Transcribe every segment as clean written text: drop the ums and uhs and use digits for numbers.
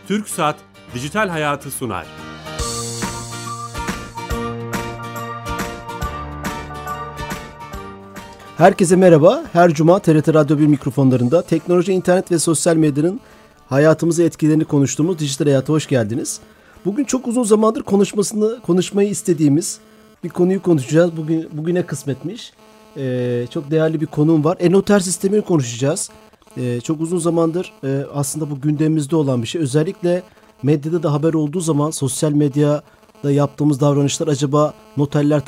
TürkSat Dijital Hayatı sunar. Herkese merhaba. Her cuma TRT Radyo 1 mikrofonlarında teknoloji, internet ve sosyal medyanın hayatımızı etkilerini konuştuğumuz Dijital Hayat'a hoş geldiniz. Bugün çok uzun zamandır konuşmayı istediğimiz bir konuyu konuşacağız. Bugüne kısmetmiş. Çok değerli bir konuğum var. E-noter sistemini konuşacağız. Çok uzun zamandır aslında bu gündemimizde olan bir şey. Özellikle medyada da haber olduğu zaman sosyal medyada yaptığımız davranışlar acaba noterler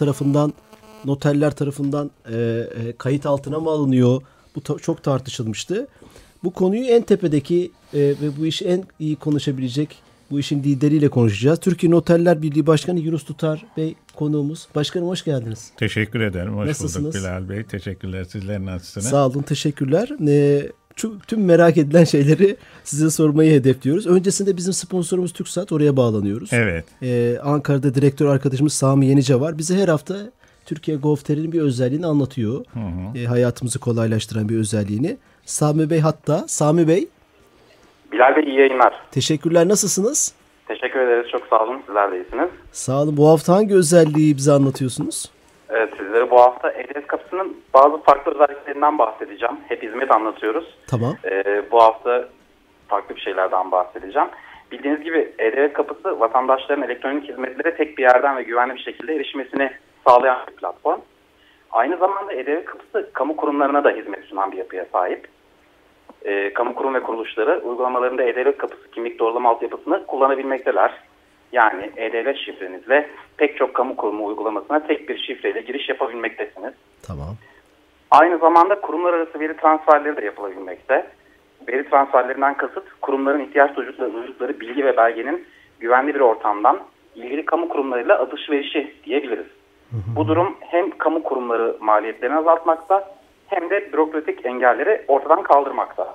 tarafından kayıt altına mı alınıyor? Bu çok tartışılmıştı. Bu konuyu en tepedeki ve bu işi en iyi konuşabilecek, bu işin lideriyle konuşacağız. Türkiye Noterler Birliği Başkanı Yunus Tutar Bey konuğumuz. Başkanım hoş geldiniz. Teşekkür ederim. Hoş Nasılsınız? bulduk Bilal Bey. Teşekkürler. Sizler nasılsınız? Sağ olun. Teşekkürler. Tüm merak edilen şeyleri size sormayı hedefliyoruz. Öncesinde bizim sponsorumuz TürkSat. Oraya bağlanıyoruz. Evet. Ankara'da direktör arkadaşımız Sami Yenice var. Bize her hafta Türkiye Gov.tr'nin bir özelliğini anlatıyor. Hayatımızı kolaylaştıran bir özelliğini. Sami Bey hatta. Sami Bey. Bilal Bey iyi yayınlar. Teşekkürler. Nasılsınız? Teşekkür ederiz. Çok sağ olun. Sizler de iyisiniz. Sağ olun. Bu hafta hangi özelliği bize anlatıyorsunuz? Evet, sizlere bu hafta E-Devlet Kapısı'nın bazı farklı özelliklerinden bahsedeceğim. Hep hizmet anlatıyoruz. Tamam. Bu hafta farklı bir şeylerden bahsedeceğim. Bildiğiniz gibi E-Devlet Kapısı vatandaşların elektronik hizmetlere tek bir yerden ve güvenli bir şekilde erişmesini sağlayan bir platform. Aynı zamanda E-Devlet Kapısı kamu kurumlarına da hizmet sunan bir yapıya sahip. Kamu kurum ve kuruluşları uygulamalarında E-Devlet Kapısı kimlik doğrulama altyapısını kullanabilmekteler. Yani E-Devlet şifrenizle pek çok kamu kurumu uygulamasına tek bir şifreyle giriş yapabilmektesiniz. Tamam. Aynı zamanda kurumlar arası veri transferleri de yapılabilmekte. Veri transferlerinden kasıt kurumların ihtiyaç duydukları bilgi ve belgenin güvenli bir ortamdan ilgili kamu kurumlarıyla alışverişi diyebiliriz. Bu durum hem kamu kurumları maliyetlerini azaltmakta hem de bürokratik engelleri ortadan kaldırmakta.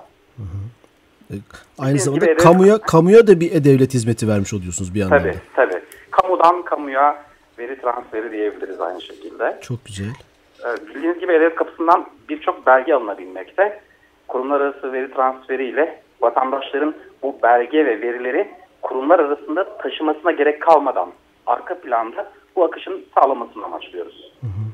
Aynı zamanda kamuya da bir e-devlet hizmeti vermiş oluyorsunuz bir yandan. Tabii. Kamudan kamuya veri transferi diyebiliriz aynı şekilde. Çok güzel. Bildiğiniz gibi E-Devlet Kapısı'ndan birçok belge alınabilmekte. Kurumlar arası veri transferiyle vatandaşların bu belge ve verileri kurumlar arasında taşımasına gerek kalmadan arka planda bu akışın sağlamasını amaçlıyoruz.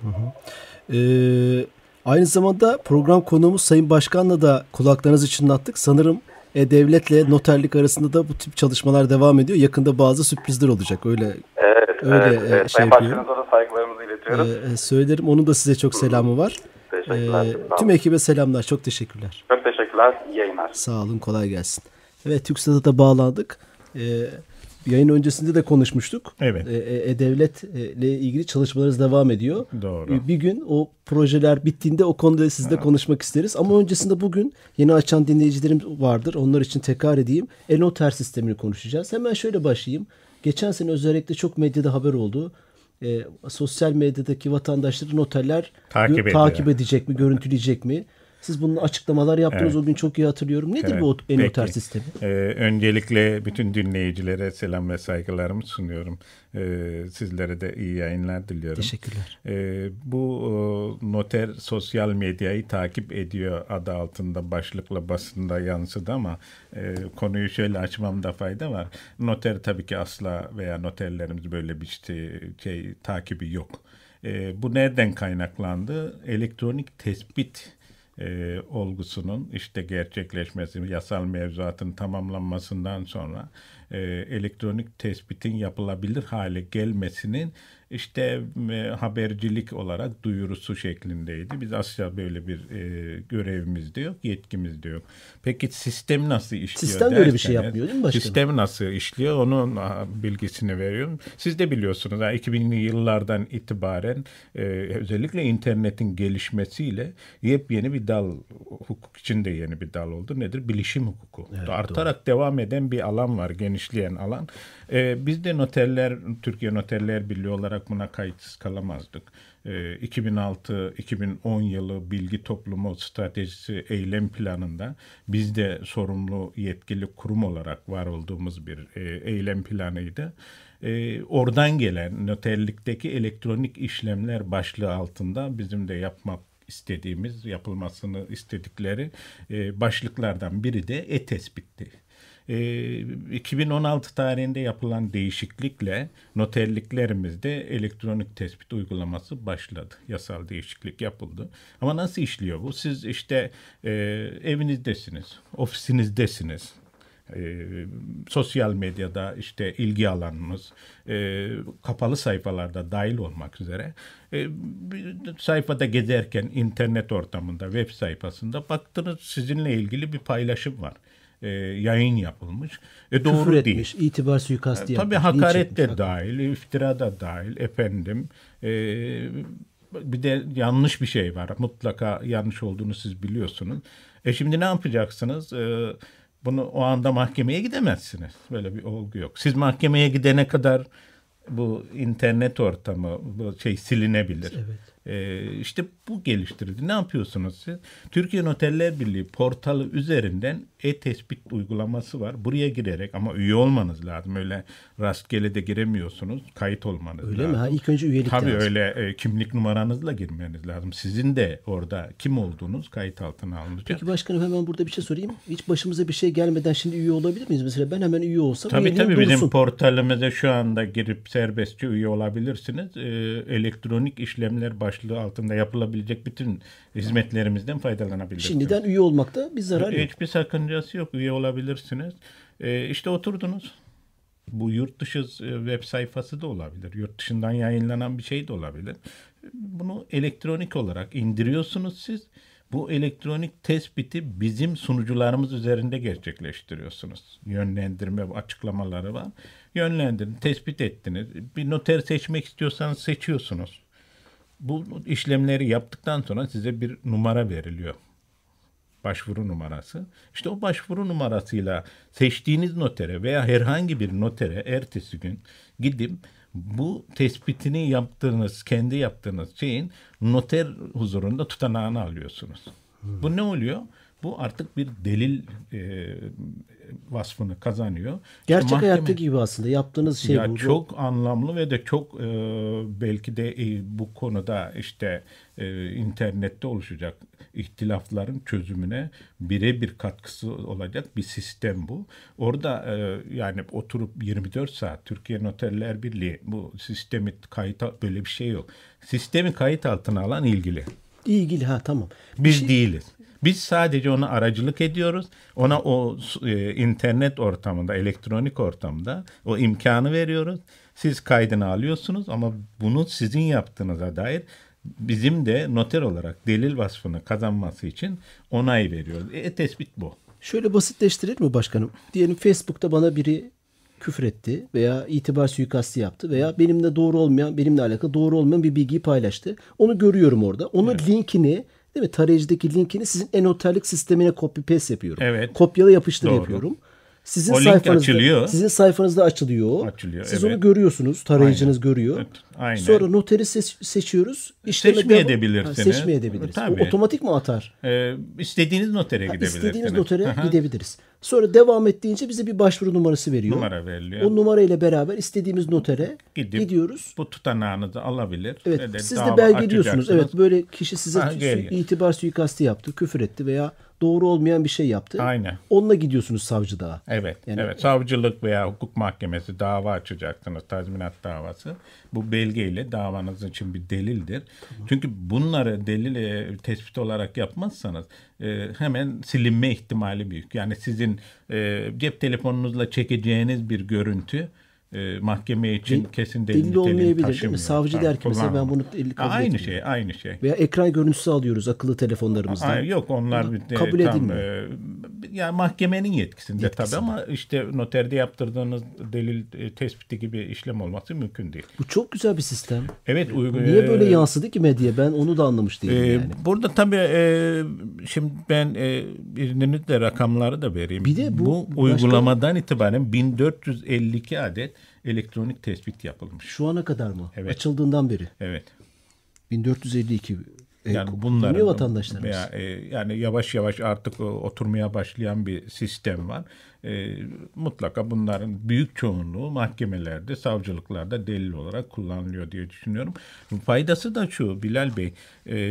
Aynı zamanda program konuğumuz Sayın Başkan'la da kulaklarınızı çınlattık. Sanırım devletle noterlik arasında da bu tip çalışmalar devam ediyor. Yakında bazı sürprizler olacak. Evet. Sayın Başkanımıza da saygılarımızı iletiyoruz. Söylerim. Onun da size çok selamı var. Teşekkürler. Tüm ekibe selamlar. Çok teşekkürler. Çok teşekkürler. İyi yayınlar. Sağ olun. Kolay gelsin. Evet, TürkSat'a da bağlandık. Yayın öncesinde de konuşmuştuk. Evet. Devletle ilgili çalışmalarımız devam ediyor. Doğru. Bir gün o projeler bittiğinde o konuda sizle konuşmak isteriz. Ama öncesinde bugün yeni açan dinleyicilerimiz vardır. Onlar için tekrar edeyim. E-noter sistemini konuşacağız. Hemen şöyle başlayayım. Geçen sene özellikle çok medyada haber oldu. Sosyal medyadaki vatandaşları noterler takip edecek mi, görüntüleyecek mi? Siz bunun açıklamalar yaptınız. O gün çok iyi hatırlıyorum. Nedir bu e-noter sistemi? Öncelikle bütün dinleyicilere selam ve saygılarımı sunuyorum. Sizlere de iyi yayınlar diliyorum. Teşekkürler. Bu noter sosyal medyayı takip ediyor adı altında başlıkla basında yansıdı ama konuyu şöyle açmamda fayda var. Noter tabii ki asla veya noterlerimiz böyle bir şey takibi yok. Bu nereden kaynaklandı? Elektronik tespit olgusunun işte gerçekleşmesi, yasal mevzuatın tamamlanmasından sonra elektronik tespitin yapılabilir hale gelmesinin işte habercilik olarak duyurusu şeklindeydi. Biz asla böyle bir görevimiz de yok, yetkimiz de yok. Peki sistem nasıl işliyor? Sistem böyle bir şey yapmıyor değil mi başkanım? Sistem nasıl işliyor? Onun bilgisini veriyorum. Siz de biliyorsunuz 2000'li yıllardan itibaren özellikle internetin gelişmesiyle yepyeni bir dal, hukuk için de yeni bir dal oldu. Nedir? Bilişim hukuku. Evet, artarak devam eden bir alan var, genişleyen alan. Biz de Türkiye Noterler Birliği olarak buna kayıtsız kalamazdık. 2006-2010 yılı bilgi toplumu stratejisi eylem planında biz de sorumlu yetkili kurum olarak var olduğumuz bir eylem planıydı. Oradan gelen noterlikteki elektronik işlemler başlığı altında bizim de yapılmasını istedikleri başlıklardan biri de e-tespitti. 2016 tarihinde yapılan değişiklikle noterliklerimizde elektronik tespit uygulaması başladı. Yasal değişiklik yapıldı. Ama nasıl işliyor bu? Siz işte evinizdesiniz, ofisinizdesiniz. Sosyal medyada işte ilgi alanınız, kapalı sayfalarda dahil olmak üzere bir sayfada gezerken internet ortamında, web sayfasında baktınız sizinle ilgili bir paylaşım var. Yayın yapılmış. Doğru Küfür değil. etmiş, itibar suikastı yapmış. Tabii hakaret de dahil, iftira da dahil efendim. Bir de yanlış bir şey var. Mutlaka yanlış olduğunu siz biliyorsunuz. Şimdi ne yapacaksınız? Bunu o anda mahkemeye gidemezsiniz. Böyle bir olgu yok. Siz mahkemeye gidene kadar bu internet ortamı bu silinebilir. Evet. İşte bu geliştirildi. Ne yapıyorsunuz siz? Türkiye Noterler Birliği portalı üzerinden e-tespit uygulaması var. Buraya girerek ama üye olmanız lazım. Öyle rastgele de giremiyorsunuz. Kayıt olmanız lazım. Öyle mi? Ha, ilk önce üyelik Tabii lazım. öyle kimlik numaranızla girmeniz lazım. Sizin de orada kim olduğunuz kayıt altına alınacak. Peki başkanım hemen burada bir şey sorayım. Hiç başımıza bir şey gelmeden şimdi üye olabilir miyiz? Mesela ben hemen üye olsam Tabii bizim dursun. portalımıza şu anda girip serbestçe üye olabilirsiniz. Elektronik işlemler başlığı altında yapılabilecek bütün hizmetlerimizden faydalanabilirsiniz. Şimdiden üye olmakta bir zarar yok. Hiçbir sakıncası yok. Üye olabilirsiniz. İşte oturdunuz. Bu yurt dışı web sayfası da olabilir. Yurt dışından yayınlanan bir şey de olabilir. Bunu elektronik olarak indiriyorsunuz siz. Bu elektronik tespiti bizim sunucularımız üzerinde gerçekleştiriyorsunuz. Yönlendirme açıklamaları var. Yönlendirin, tespit ettiniz. Bir noter seçmek istiyorsanız seçiyorsunuz. Bu işlemleri yaptıktan sonra size bir numara veriliyor. Başvuru numarası. İşte o başvuru numarasıyla seçtiğiniz notere veya herhangi bir notere ertesi gün gidip bu tespitini yaptığınız, kendi yaptığınız şeyin noter huzurunda tutanağını alıyorsunuz. Bu ne oluyor? Bu artık bir delil vasfını kazanıyor. Gerçek İşte hayatta gibi aslında yaptığınız şey ya bu. çok anlamlı ve de çok belki de bu konuda işte internette oluşacak ihtilafların çözümüne birebir katkısı olacak bir sistem bu. Orada yani oturup 24 saat Türkiye Noterler Birliği bu sistemi böyle bir şey yok. Sistemi kayıt altına alan ilgili. İlgili tamam. Biz değiliz. Biz sadece ona aracılık ediyoruz. Ona o internet ortamında, elektronik ortamda o imkanı veriyoruz. Siz kaydını alıyorsunuz ama bunu sizin yaptığınıza dair bizim de noter olarak delil vasfını kazanması için onay veriyoruz. Tespit bu. Şöyle basitleştirelim mi başkanım? Diyelim Facebook'ta bana biri küfür etti veya itibar suikastı yaptı veya benimle alakalı doğru olmayan bir bilgiyi paylaştı. Onu görüyorum orada. Onun linkini, değil mi? Tarayıcıdaki linkini sizin e-noterlik sistemine copy paste yapıyorum. Evet. Kopyala yapıştır Doğru. yapıyorum. Sizin O link sayfanızda açılıyor. Sizin sayfanızda açılıyor. Siz evet. onu görüyorsunuz. Tarayıcınız görüyor. Evet, aynen. Sonra noteri seçiyoruz. Seçmeyebilirsiniz. Seçmeyebiliriz. Tabii. O otomatik mi atar? İstediğiniz notere gidebilirsiniz. İstediğiniz notere gidebiliriz. Sonra devam et deyince bize bir başvuru numarası veriyor. Numara veriliyor. O numarayla beraber istediğimiz notere gidiyoruz. Bu tutanağınızı alabilir. Evet, siz de belgeliyorsunuz. Evet, böyle kişi size itibar suikastı yaptı, küfür etti veya doğru olmayan bir şey yaptı. Aynen. Onunla gidiyorsunuz savcılığa. Evet. Yani, evet. Savcılık veya hukuk mahkemesi dava açacaksınız. Tazminat davası. Bu belgeyle davanız için bir delildir. Tamam. Çünkü bunları delil tespit olarak yapmazsanız hemen silinme ihtimali büyük. Yani sizin cep telefonunuzla çekeceğiniz bir görüntü mahkeme için kesin delil olmayabilir taşımıyor. değil mi? Savcı der ki mesela ben bunu aynı şey. Veya ekran görüntüsü alıyoruz akıllı telefonlarımızdan. Yok onlar kabul edilmiyor. Yani mahkemenin yetkisinde tabii ama işte noterde yaptırdığınız delil tespiti gibi işlem olması mümkün değil. Bu çok güzel bir sistem. Evet. Niye böyle yansıdı ki medyaya? Ben onu da anlamış değilim yani. Burada tabii şimdi ben izninizle rakamları da vereyim. Bir de bu uygulamadan itibaren 1452 adet elektronik tespit yapılmış. Şu ana kadar mı? Evet. Açıldığından beri. Evet. 1452. Yani bunların vatandaşlarımız. Yani yavaş yavaş artık oturmaya başlayan bir sistem var. Mutlaka bunların büyük çoğunluğu mahkemelerde, savcılıklarda delil olarak kullanılıyor diye düşünüyorum. Faydası da şu Bilal Bey,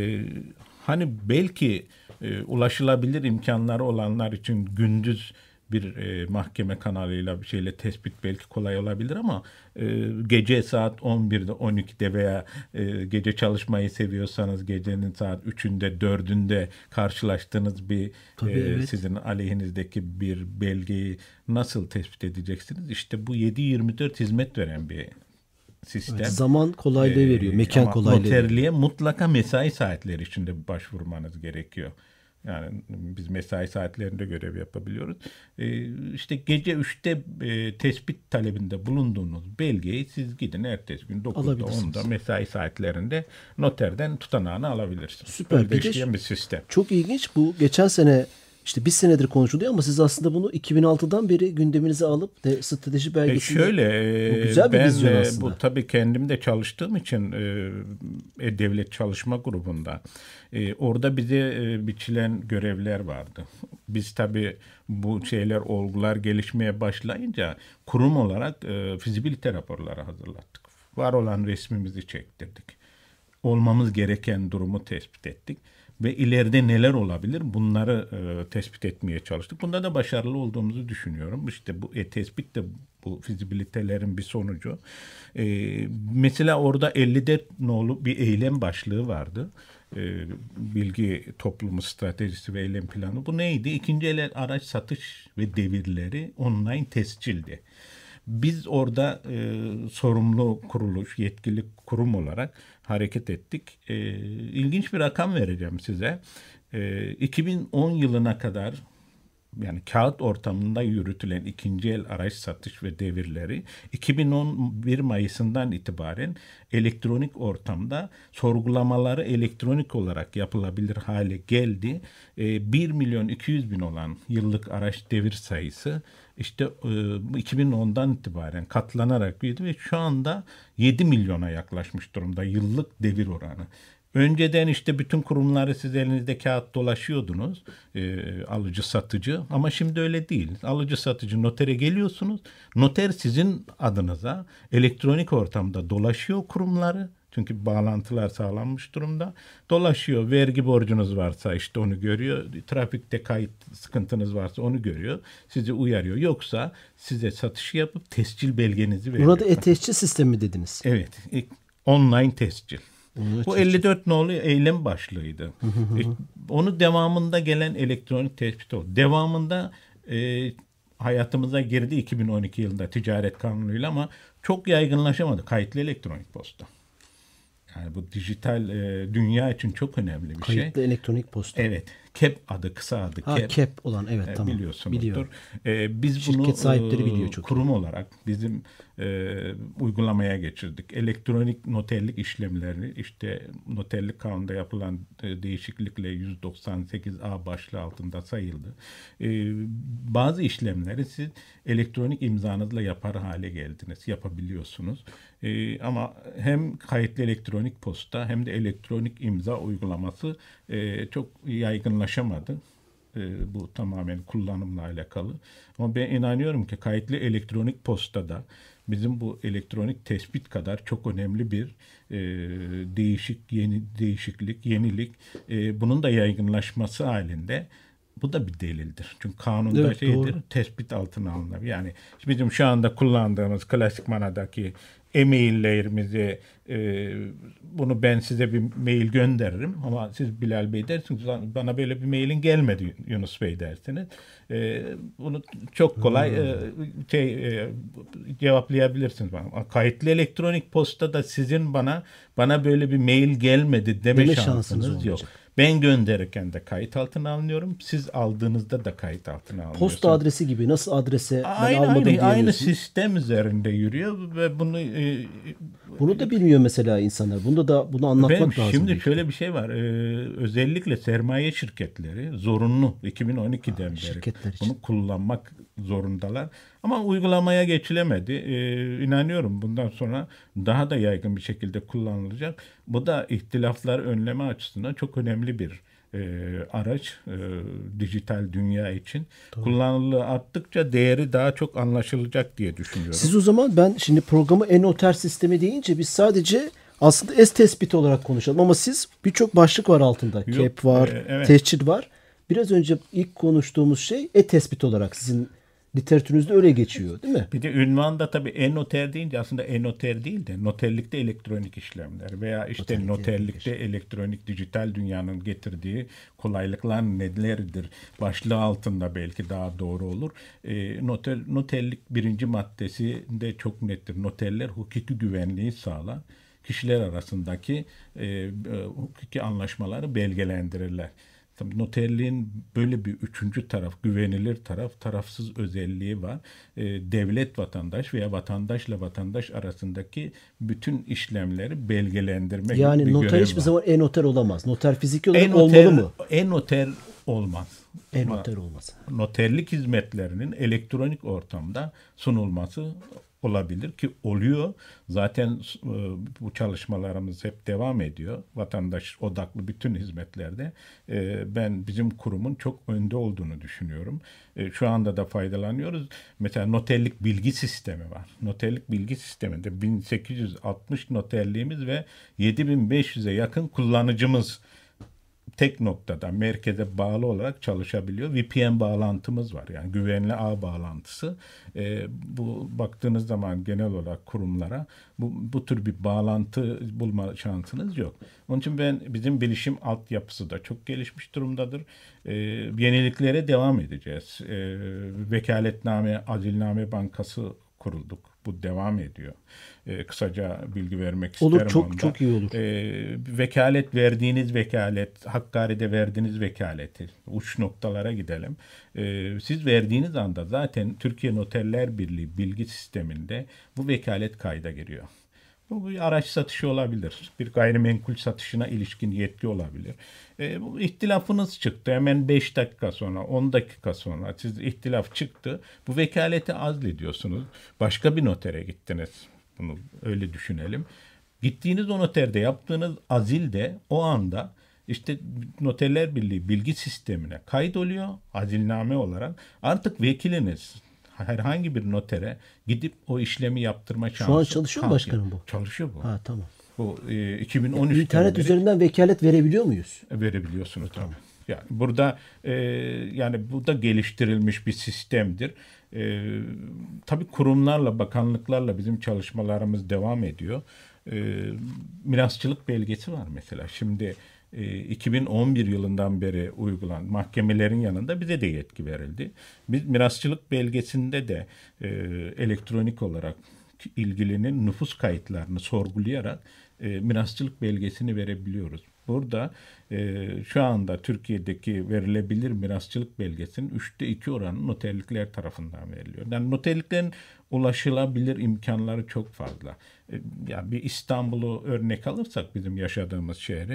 hani belki ulaşılabilir imkanları olanlar için gündüz bir mahkeme kanalıyla bir şeyle tespit belki kolay olabilir ama gece saat 11'de 12'de veya gece çalışmayı seviyorsanız gecenin saat 3'ünde 4'ünde karşılaştığınız bir evet. sizin aleyhinizdeki bir belgeyi nasıl tespit edeceksiniz? İşte bu 7/24 hizmet veren bir sistem. Evet, zaman kolaylığı veriyor, mekan ama kolaylığı veriyor. noterliğe mutlaka mesai saatleri içinde başvurmanız gerekiyor. Yani biz mesai saatlerinde görev yapabiliyoruz. İşte gece 3'te tespit talebinde bulunduğunuz belgeyi siz gidin ertesi gün 9'da 10'da mesai saatlerinde noterden tutanağını alabilirsiniz. Süper. Güçleyen bir sistem. Çok ilginç. Bu geçen sene işte bir senedir konuşuluyor ama siz aslında bunu 2006'dan beri gündeminize alıp strateji belgesinde bu güzel bir vizyon aslında. Bu tabii kendim de çalıştığım için devlet çalışma grubunda orada bize biçilen görevler vardı. Biz tabii bu olgular gelişmeye başlayınca kurum olarak fizibilite raporları hazırlattık. Var olan resmimizi çektirdik. Olmamız gereken durumu tespit ettik. Ve ileride neler olabilir bunları tespit etmeye çalıştık. Bunda da başarılı olduğumuzu düşünüyorum. İşte bu tespit de bu fizibilitelerin bir sonucu. Mesela orada 54 nolu bir eylem başlığı vardı. Bilgi toplumu stratejisi ve eylem planı. Bu neydi? İkinci el araç satış ve devirleri online tescildi. Biz orada sorumlu kuruluş, yetkili kurum olarak hareket ettik. İlginç bir rakam vereceğim size. 2010 yılına kadar yani kağıt ortamında yürütülen ikinci el araç satış ve devirleri 2011 Mayıs'ından itibaren elektronik ortamda sorgulamaları elektronik olarak yapılabilir hale geldi. 1.200.000 olan yıllık araç devir sayısı işte 2010'dan itibaren katlanarak büyüdü ve şu anda 7 milyona yaklaşmış durumda yıllık devir oranı. Önceden işte bütün kurumları siz elinizde kağıt dolaşıyordunuz alıcı satıcı ama şimdi öyle değil. Alıcı satıcı notere geliyorsunuz. Noter sizin adınıza elektronik ortamda dolaşıyor kurumları. Çünkü bağlantılar sağlanmış durumda. Dolaşıyor. Vergi borcunuz varsa işte onu görüyor. Trafikte kayıt sıkıntınız varsa onu görüyor. Sizi uyarıyor. Yoksa size satışı yapıp tescil belgenizi veriyor. Burada tescil sistemi dediniz. Evet. Online tescil. Bu 54 nolu eylem başlığıydı. Onu devamında gelen elektronik tespit oldu. Devamında hayatımıza girdi 2012 yılında ticaret kanunuyla ama çok yaygınlaşamadı. Kayıtlı elektronik posta. Yani bu dijital dünya için çok önemli bir şey. Kayıtlı elektronik posta. Evet. KEP adı, kısa adı KEP. KEP olan evet tamam. Biliyorsunuzdur. Biz şirket bunu sahipleri biliyor çok kurum olarak bizim uygulamaya geçirdik. Elektronik noterlik işlemlerini işte noterlik kanununda yapılan değişiklikle 198A başlığı altında sayıldı. Bazı işlemleri siz elektronik imzanızla yapar hale geldiniz. Yapabiliyorsunuz. Ama hem kayıtlı elektronik posta hem de elektronik imza uygulaması çok yaygınlaşamadı. Bu tamamen kullanımla alakalı. Ama ben inanıyorum ki kayıtlı elektronik postada bizim bu elektronik tespit kadar çok önemli bir değişiklik, yenilik. Bunun da yaygınlaşması halinde bu da bir delildir. Çünkü kanunda evet, şeydir, doğru. tespit altına alınır. Yani bizim şu anda kullandığımız klasik manadaki e-maillerimizi bunu ben size bir mail gönderirim ama siz Bilal Bey dersiniz bana böyle bir mailin gelmedi Yunus Bey dersiniz. Bunu çok kolay cevaplayabilirsiniz bana. Kayıtlı elektronik postada sizin bana böyle bir mail gelmedi deme şansınız yok. Ben gönderirken de kayıt altına alınıyorum. Siz aldığınızda da kayıt altına alınıyorsunuz. Posta adresi gibi nasıl adrese ben almadım diyemiyorsun. Aynı sistem üzerinde yürüyor ve bunu da bilmiyor mesela insanlar. Bunu anlatmak lazım. Şimdi şöyle bir şey var. Özellikle sermaye şirketleri zorunlu 2012'den beri bunu kullanmak zorundalar. Ama uygulamaya geçilemedi. İnanıyorum bundan sonra daha da yaygın bir şekilde kullanılacak. Bu da ihtilaflar önleme açısından çok önemli bir araç dijital dünya için. Doğru. Kullanıldığı arttıkça değeri daha çok anlaşılacak diye düşünüyorum. Siz o zaman ben şimdi programı e-noter sistemi deyince biz sadece aslında tespit olarak konuşalım ama siz birçok başlık var altında. KEP var, evet. Tescil var. Biraz önce ilk konuştuğumuz şey tespit olarak sizin Literatürünüzde öyle geçiyor değil mi? Bir de ünvan da tabii e-noter deyince aslında e-noter değil de noterlikte elektronik işlemler veya işte noterlikte elektronik dijital dünyanın getirdiği kolaylıklar nelerdir başlığı altında belki daha doğru olur. Noterlik birinci maddesi de çok nettir. Noterler hukuki güvenliği sağlar. Kişiler arasındaki hukuki anlaşmaları belgelendirirler. Tabii noterliğin böyle bir üçüncü taraf, güvenilir taraf, tarafsız özelliği var. Devlet vatandaş veya vatandaşla vatandaş arasındaki bütün işlemleri belgelendirmek yani bir noter görev hiçbir var. zaman e-noter olamaz. Noter fiziki olarak olmalı mı? E-noter olmaz. E-noter olmaz. Noterlik hizmetlerinin elektronik ortamda sunulması olabilir ki oluyor. Zaten bu çalışmalarımız hep devam ediyor. Vatandaş odaklı bütün hizmetlerde. Ben bizim kurumun çok önde olduğunu düşünüyorum. Şu anda da faydalanıyoruz. Mesela noterlik bilgi sistemi var. Noterlik bilgi sisteminde 1860 noterliğimiz ve 7500'e yakın kullanıcımız tek noktada merkeze bağlı olarak çalışabiliyor. VPN bağlantımız var. Yani güvenli ağ bağlantısı. Bu baktığınız zaman genel olarak kurumlara bu tür bir bağlantı bulma şansınız yok. Onun için bizim bilişim altyapısı da çok gelişmiş durumdadır. Yeniliklere devam edeceğiz. Vekaletname, Adilname Bankası kurulduk. Bu devam ediyor. Kısaca bilgi vermek isterim. Olur, çok iyi olur. Vekalet verdiğiniz vekalet, Hakkari'de verdiğiniz vekaleti, uç noktalara gidelim. Siz verdiğiniz anda zaten Türkiye Noterler Birliği bilgi sisteminde bu vekalet kayda giriyor. Bu bir araç satışı olabilir. Bir gayrimenkul satışına ilişkin yetki olabilir. Bu ihtilafınız çıktı. Hemen 5 dakika sonra, 10 dakika sonra siz ihtilaf çıktı. Bu vekaleti azlediyorsunuz. Başka bir notere gittiniz. Bunu öyle düşünelim. Gittiğiniz o noterde yaptığınız azil de o anda işte Noterler Birliği bilgi sistemine kaydoluyor azilname olarak. Artık vekiliniz herhangi bir notere gidip o işlemi yaptırma şansı. Şu an çalışıyor mu başkanım bu? Çalışıyor bu. Ha, tamam. Bu 2013'te İnternet üzerinden vekalet verebiliyor muyuz? Verebiliyorsunuz tabii. Yani burada yani bu da geliştirilmiş bir sistemdir. Tabii kurumlarla, bakanlıklarla bizim çalışmalarımız devam ediyor. Mirasçılık belgesi var mesela. Şimdi 2011 yılından beri uygulanan mahkemelerin yanında bize de yetki verildi. Biz mirasçılık belgesinde de elektronik olarak ilgilinin nüfus kayıtlarını sorgulayarak mirasçılık belgesini verebiliyoruz. Burada şu anda Türkiye'deki verilebilir mirasçılık belgesinin 3'te 2 oranı noterlikler tarafından veriliyor. Yani noterliklerin ulaşılabilir imkanları çok fazla. Yani bir İstanbul'u örnek alırsak bizim yaşadığımız şehri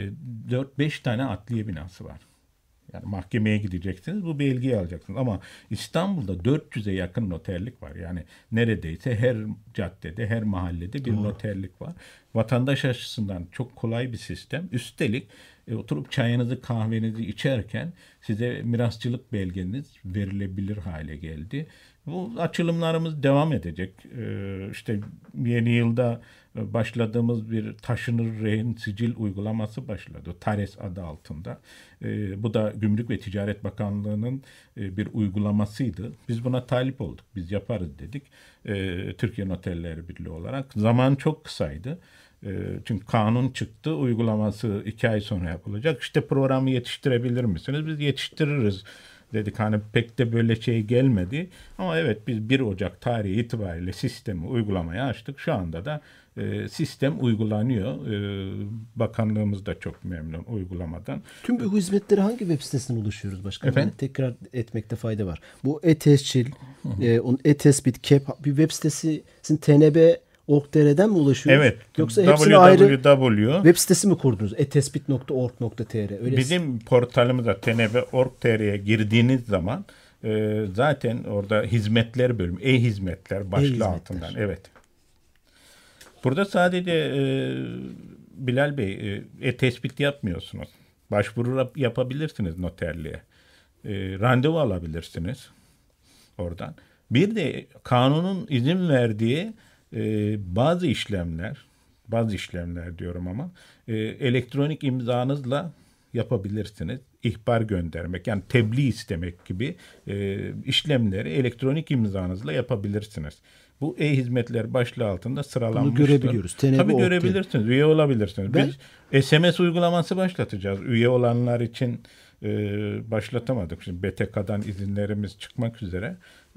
4-5 tane adliye binası var. Yani mahkemeye gideceksiniz, bu belgeyi alacaksınız. Ama İstanbul'da 400'e yakın noterlik var. Yani neredeyse her caddede, her mahallede bir noterlik var. Vatandaş açısından çok kolay bir sistem. Üstelik oturup çayınızı, kahvenizi içerken size mirasçılık belgeniz verilebilir hale geldi. Bu açılımlarımız devam edecek. İşte yeni yılda başladığımız bir taşınır rehin sicil uygulaması başladı. TARES adı altında. Bu da Gümrük ve Ticaret Bakanlığı'nın bir uygulamasıydı. Biz buna talip olduk. Biz yaparız dedik. Türkiye Noterler Birliği olarak. Zaman çok kısaydı. Çünkü kanun çıktı. Uygulaması 2 ay sonra yapılacak. İşte programı yetiştirebilir misiniz? Biz yetiştiririz dedik. Hani pek de böyle şey gelmedi. Ama evet biz 1 Ocak tarihi itibariyle sistemi uygulamaya açtık. Şu anda da sistem uygulanıyor. Bakanlığımız da çok memnun uygulamadan. Tüm bu hizmetleri hangi web sitesinden ulaşıyoruz başkanım? Efendim? Tekrar etmekte fayda var. Bu e-tescil, e-tespit, KEP bir web sitesi tnb.org.tr'den mi ulaşıyoruz? Evet. Yoksa hepsine ayrı web sitesi mi kurdunuz? etespit.org.tr. Bizim portalımıza tnb.org.tr'ye girdiğiniz zaman zaten orada hizmetler bölümü, e-hizmetler başlığı altından. Evet. Burada sadece Bilal Bey tespit yapmıyorsunuz. Başvuru yapabilirsiniz noterliğe. Randevu alabilirsiniz oradan. Bir de kanunun izin verdiği bazı işlemler diyorum ama elektronik imzanızla yapabilirsiniz. İhbar göndermek, yani tebliğ istemek gibi işlemleri elektronik imzanızla yapabilirsiniz. Bu e-hizmetler başlığı altında sıralanmıştır. Bunu görebiliyoruz. Tabii görebilirsiniz. Üye olabilirsiniz. Biz SMS uygulaması başlatacağız. Üye olanlar için başlatamadık. Şimdi BTK'dan izinlerimiz çıkmak üzere.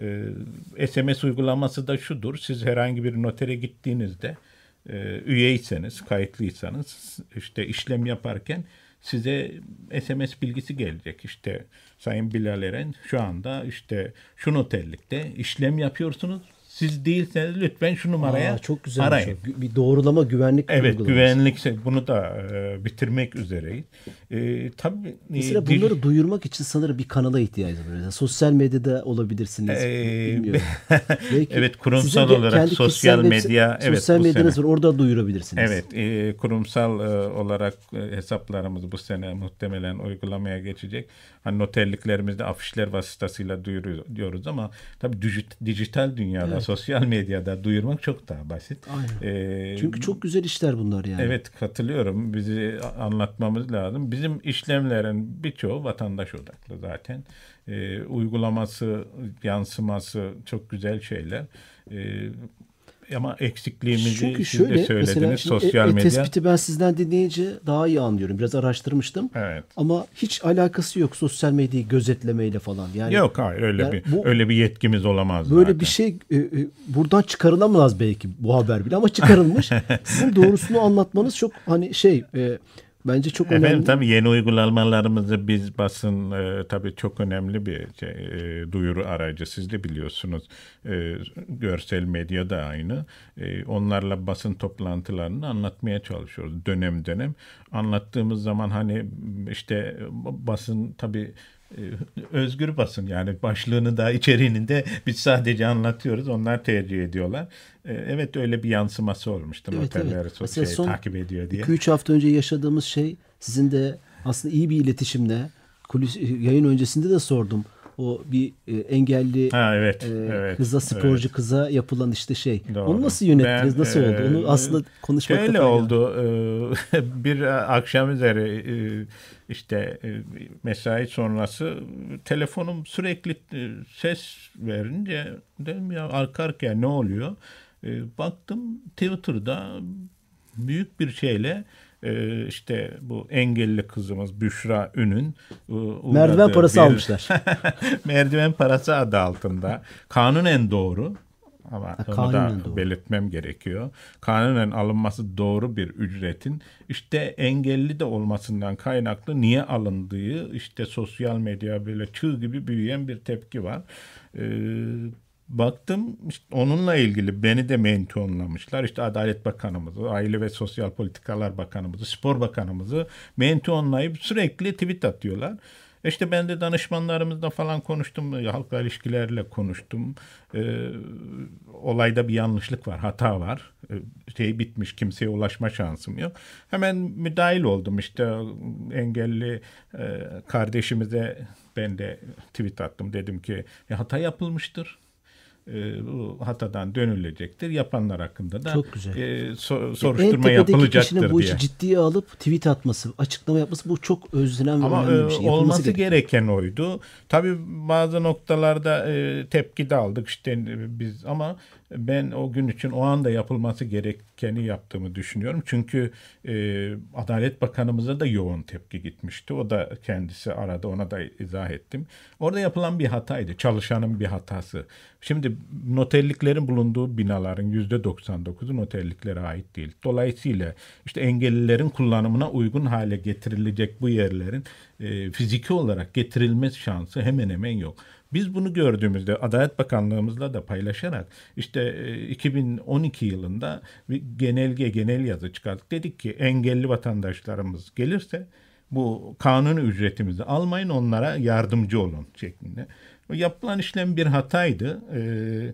SMS uygulaması da şudur. Siz herhangi bir notere gittiğinizde üyeyseniz, kayıtlıysanız işte işlem yaparken size SMS bilgisi gelecek. İşte Sayın Bilal Eren şu anda işte şu noterlikte işlem yapıyorsunuz. Siz değilseniz lütfen şu numaraya çok güzel arayın. Bir doğrulama güvenlik Evet, uygulaması. güvenlik, bunu da bitirmek üzereyiz. Tabii mesela bunları duyurmak için sanırım bir kanala ihtiyacı var. Yani sosyal medyada olabilirsiniz. Bilmiyorum. Evet, kurumsal olarak sosyal medya, sosyal medyanız var, orada duyurabilirsiniz. Evet, kurumsal olarak hesaplarımız bu sene muhtemelen uygulamaya geçecek. Hani noterliklerimizde afişler vasıtasıyla duyuruyoruz ama tabii dijital dünyada, sosyal medyada duyurmak çok daha basit. Aynen. Çünkü çok güzel işler bunlar yani. Evet, katılıyorum. Bizi anlatmamız lazım. Bizim işlemlerin birçoğu vatandaş odaklı zaten. Uygulaması, yansıması çok güzel şeyler. Ama eksikliğimizi çünkü siz de söylediniz, sosyal medya. Tespiti ben sizden dinleyince daha iyi anlıyorum. Biraz araştırmıştım. Evet. Ama hiç alakası yok sosyal medyayı gözetlemeyle falan. Yani yok, hayır, öyle bir yetkimiz olamaz böyle zaten. bir şey buradan çıkarılamaz belki bu haber bile ama çıkarılmış. Sizin doğrusunu anlatmanız çok bence çok önemli. Efendim, tabii yeni uygulamalarımızı biz basın tabii çok önemli bir duyuru aracı. Siz de biliyorsunuz, görsel medya da aynı. Onlarla basın toplantılarını anlatmaya çalışıyoruz dönem dönem. Anlattığımız zaman hani işte basın tabii özgür basın, yani başlığını da içeriğini de biz sadece anlatıyoruz. Onlar tercih ediyorlar. Evet, öyle bir yansıması olmuştu. Noterler takip ediyor diye. 2-3 hafta önce yaşadığımız şey sizin de aslında iyi bir iletişimle yayın öncesinde de sordum. O bir engelli kıza, sporcu kıza yapılan işte şey. Doğru. Onu nasıl yönettiniz? Nasıl oldu? Onu aslında konuşmakta şöyle oldu. Bir akşam üzeri işte mesai sonrası telefonum sürekli ses verince dedim ya, arka arkaya ne oluyor? Baktım Twitter'da büyük bir şeyle işte bu engelli kızımız Büşra Ün'ün merdiven parası almışlar. Merdiven parası adı altında. Kanunen doğru. Ama onu da belirtmem gerekiyor. Kanunen alınması doğru bir ücretin işte engelli de olmasından kaynaklı niye alındığı, işte sosyal medya böyle çığ gibi büyüyen bir tepki var. Baktım işte onunla ilgili beni de mentionlamışlar. İşte Adalet Bakanımızı, Aile ve Sosyal Politikalar Bakanımızı, Spor Bakanımızı mentionlayıp sürekli tweet atıyorlar. İşte ben de danışmanlarımızla falan konuştum, halkla ilişkilerle konuştum. Olayda bir yanlışlık var, hata var. Bitmiş, kimseye ulaşma şansım yok. Hemen müdahil oldum. İşte engelli kardeşimize ben de tweet attım. Dedim ki hata yapılmıştır. Bu hatadan dönülecektir. Yapanlar hakkında da soruşturma yapılacaktır diye. Bu işi ciddiye alıp tweet atması, açıklama yapması, bu çok özlenen ve önemli bir şey. Olması gereken oydu. Tabii bazı noktalarda tepki de aldık işte biz, ama ben o gün için o anda yapılması gerekeni yaptığımı düşünüyorum. Çünkü Adalet Bakanımıza da yoğun tepki gitmişti. O da kendisi aradı, ona da izah ettim. Orada yapılan bir hataydı. Çalışanın bir hatası. Şimdi noterliklerin bulunduğu binaların %99'u noterliklere ait değil. Dolayısıyla işte engellilerin kullanımına uygun hale getirilecek bu yerlerin fiziki olarak getirilme şansı hemen hemen yok. Biz bunu gördüğümüzde Adalet Bakanlığımızla da paylaşarak işte 2012 yılında bir genel yazı çıkarttık. Dedik ki engelli vatandaşlarımız gelirse bu kanuni ücretimizi almayın, onlara yardımcı olun şeklinde. Yapılan işlem bir hataydı.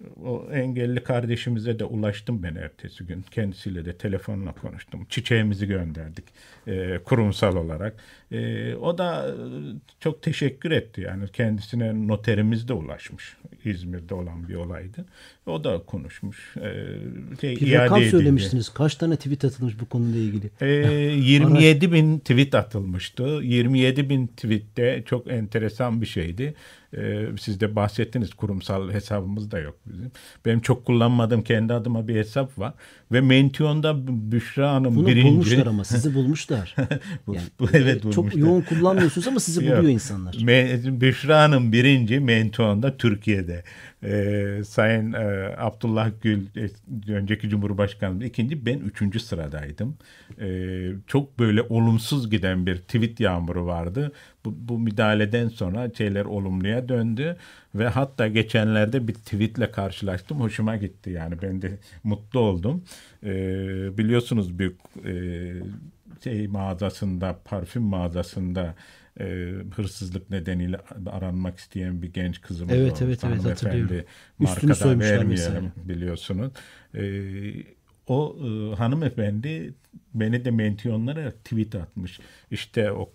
O engelli kardeşimize de ulaştım ben ertesi gün. Kendisiyle de telefonla konuştum. Çiçeğimizi gönderdik kurumsal olarak. O da çok teşekkür etti. Yani kendisine noterimiz de ulaşmış. İzmir'de olan bir olaydı. O da konuşmuş. Bir rakam söylemiştiniz. Kaç tane tweet atılmış bu konuyla ilgili? 27 bin tweet atılmıştı. 27 bin tweette çok enteresan bir şeydi. Siz de bahsettiniz, kurumsal hesabımız da yok bizim. Benim çok kullanmadığım kendi adıma bir hesap var. Ve Mention'da Büşra Hanım bunu birinci. Bunu bulmuşlar ama sizi bulmuşlar. Yani, evet bulmuşlar. Çok yoğun kullanmıyorsunuz ama sizi buluyor insanlar. Büşra Hanım birinci Mention'da Türkiye'de. Sayın Abdullah Gül önceki Cumhurbaşkanımız ikinci, ben 3. sıradaydım. Çok böyle olumsuz giden bir tweet yağmuru vardı. Bu müdahaleden sonra şeyler olumluya döndü ve hatta geçenlerde bir tweetle karşılaştım. Hoşuma gitti, yani ben de mutlu oldum. Biliyorsunuz bir mağazasında, parfüm mağazasında hırsızlık nedeniyle aranmak isteyen bir genç kızımız evet, oldu. Evet hatırlıyorum. Marka da vermeyelim biliyorsunuz. O hanımefendi beni de Mention'lara tweet atmış. İşte o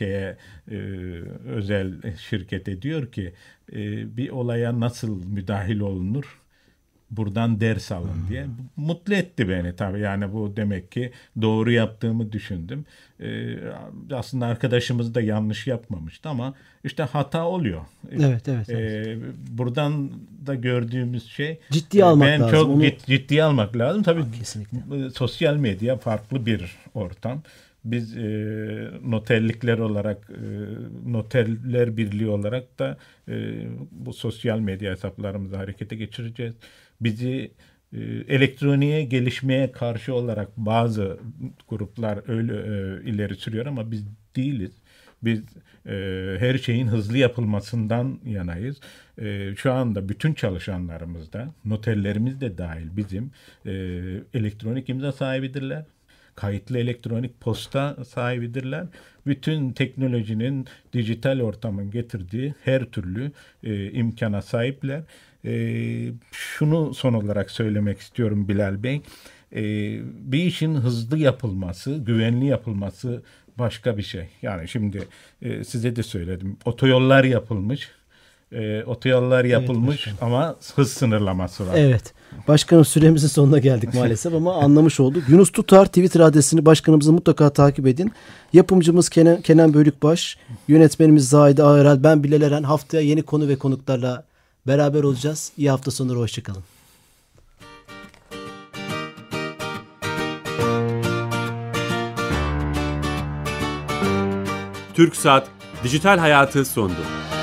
özel şirkete diyor ki bir olaya nasıl müdahil olunur? Buradan ders alın diye. Mutlu etti beni tabii. Yani bu demek ki doğru yaptığımı düşündüm. Aslında arkadaşımız da yanlış yapmamıştı ama işte hata oluyor. Evet. Buradan da gördüğümüz şey ciddiye almak lazım. Çok ciddiye almak lazım. Tabii kesinlikle. Sosyal medya farklı bir ortam. Biz noterlikler olarak, Noterler Birliği olarak da bu sosyal medya hesaplarımızı harekete geçireceğiz. Bizi elektroniğe gelişmeye karşı olarak bazı gruplar öyle ileri sürüyor ama biz değiliz. Biz her şeyin hızlı yapılmasından yanayız. Şu anda bütün çalışanlarımız da, noterlerimiz de dahil bizim elektronik imza sahibidirler. Kayıtlı elektronik posta sahibidirler. Bütün teknolojinin, dijital ortamın getirdiği her türlü imkana sahipler. Şunu son olarak söylemek istiyorum Bilal Bey. Bir işin hızlı yapılması, güvenli yapılması başka bir şey. Yani şimdi size de söyledim. Otoyollar yapılmış. Evet, ama hız sınırlaması var. Evet. Başkanım, süremizin sonuna geldik maalesef ama anlamış olduk. Yunus Tutar Twitter adresini başkanımızı mutlaka takip edin. Yapımcımız Kenan Bölükbaş, yönetmenimiz Zahide Ağeral, ben Bilal Eren. Haftaya yeni konu ve konuklarla beraber olacağız. İyi hafta sonları, hoşçakalın. TürkSat Dijital Hayatı sondu.